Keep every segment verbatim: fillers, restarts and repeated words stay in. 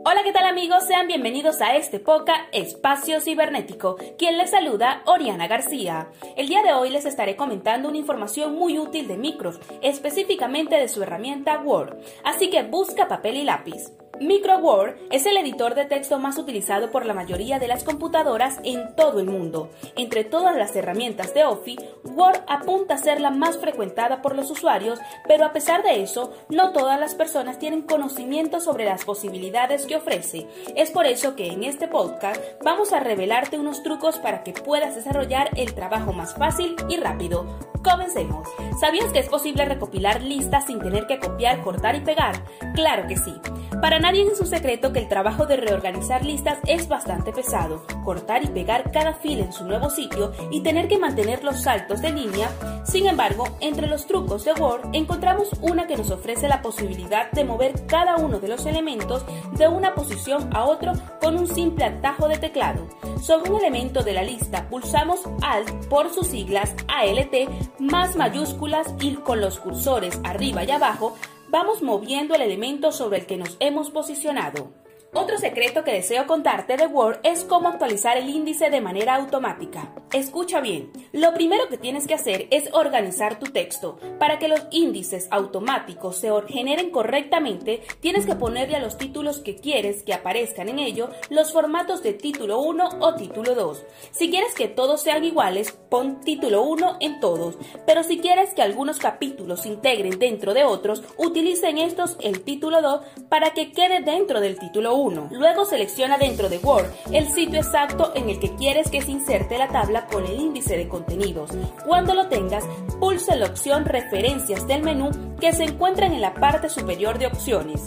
Hola, ¿qué tal amigos? Sean bienvenidos a este podcast Espacio Cibernético. Quien les saluda, Oriana García. El día de hoy les estaré comentando una información muy útil de Microsoft, específicamente de su herramienta Word. Así que busca papel y lápiz. Microsoft Word es el editor de texto más utilizado por la mayoría de las computadoras en todo el mundo. Entre todas las herramientas de Office, Word apunta a ser la más frecuentada por los usuarios, pero a pesar de eso, no todas las personas tienen conocimiento sobre las posibilidades que ofrece. Es por eso que en este podcast vamos a revelarte unos trucos para que puedas desarrollar el trabajo más fácil y rápido. Comencemos. ¿Sabías que es posible recopilar listas sin tener que copiar, cortar y pegar? Claro que sí. Para nadie es un secreto que el trabajo de reorganizar listas es bastante pesado. Cortar y pegar cada fila en su nuevo sitio y tener que mantener los saltos de línea. Sin embargo, entre los trucos de Word encontramos una que nos ofrece la posibilidad de mover cada uno de los elementos de una posición a otro con un simple atajo de teclado. Sobre un elemento de la lista pulsamos Alt por sus siglas A L T más mayúsculas y con los cursores arriba y abajo vamos moviendo el elemento sobre el que nos hemos posicionado. Otro secreto que deseo contarte de Word es cómo actualizar el índice de manera automática. Escucha bien, lo primero que tienes que hacer es organizar tu texto. Para que los índices automáticos se generen correctamente, tienes que ponerle a los títulos que quieres que aparezcan en ello los formatos de título uno o título dos. Si quieres que todos sean iguales, pon título uno en todos, pero si quieres que algunos capítulos se integren dentro de otros, utilicen estos el título dos para que quede dentro del título uno. Luego selecciona dentro de Word el sitio exacto en el que quieres que se inserte la tabla con el índice de contenidos. Cuando lo tengas, pulsa la opción Referencias del menú que se encuentran en la parte superior de opciones.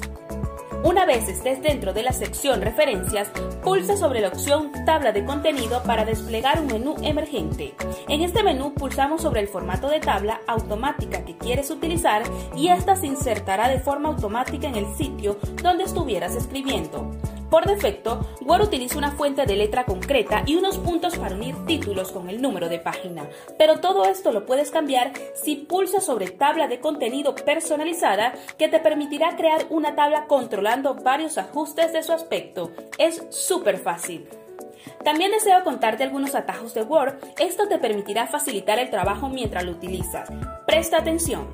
Una vez estés dentro de la sección Referencias, pulsa sobre la opción Tabla de contenido para desplegar un menú emergente. En este menú pulsamos sobre el formato de tabla automática que quieres utilizar y esta se insertará de forma automática en el sitio donde estuvieras escribiendo. Por defecto, Word utiliza una fuente de letra concreta y unos puntos para unir títulos con el número de página, pero todo esto lo puedes cambiar si pulsas sobre Tabla de contenido personalizada, que te permitirá crear una tabla controlando varios ajustes de su aspecto. Es súper fácil. También deseo contarte algunos atajos de Word. Esto te permitirá facilitar el trabajo mientras lo utilizas. Presta atención.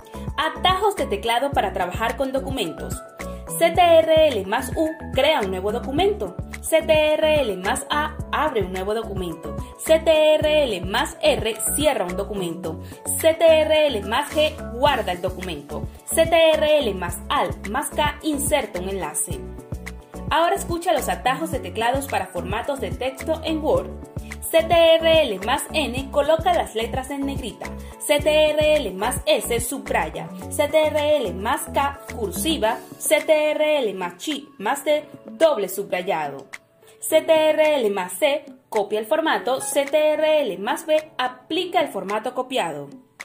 Atajos de teclado para trabajar con documentos. C T R L más U crea un nuevo documento. C T R L más A abre un nuevo documento. C T R L más R cierra un documento. C T R L más G guarda el documento. C T R L más Alt más K inserta un enlace. Ahora escucha los atajos de teclados para formatos de texto en Word. C T R L más N coloca las letras en negrita. C T R L más S subraya. C T R L más K cursiva. C T R L más Chi más D doble subrayado. C T R L más C copia el formato. C T R L más B aplica el formato copiado.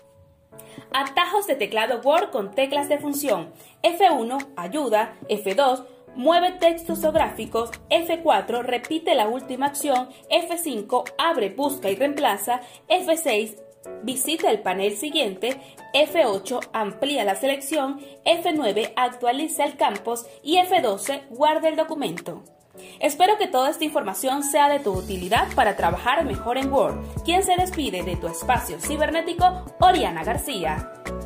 Atajos de teclado Word con teclas de función. F uno ayuda. F dos mueve textos o gráficos. F cuatro repite la última acción. F cinco abre, busca y reemplaza. F seis visita el panel siguiente. F ocho amplía la selección. F nueve actualiza el campos y F doce guarda el documento. Espero que toda esta información sea de tu utilidad para trabajar mejor en Word. Quien se despide de tu espacio cibernético, Oriana García.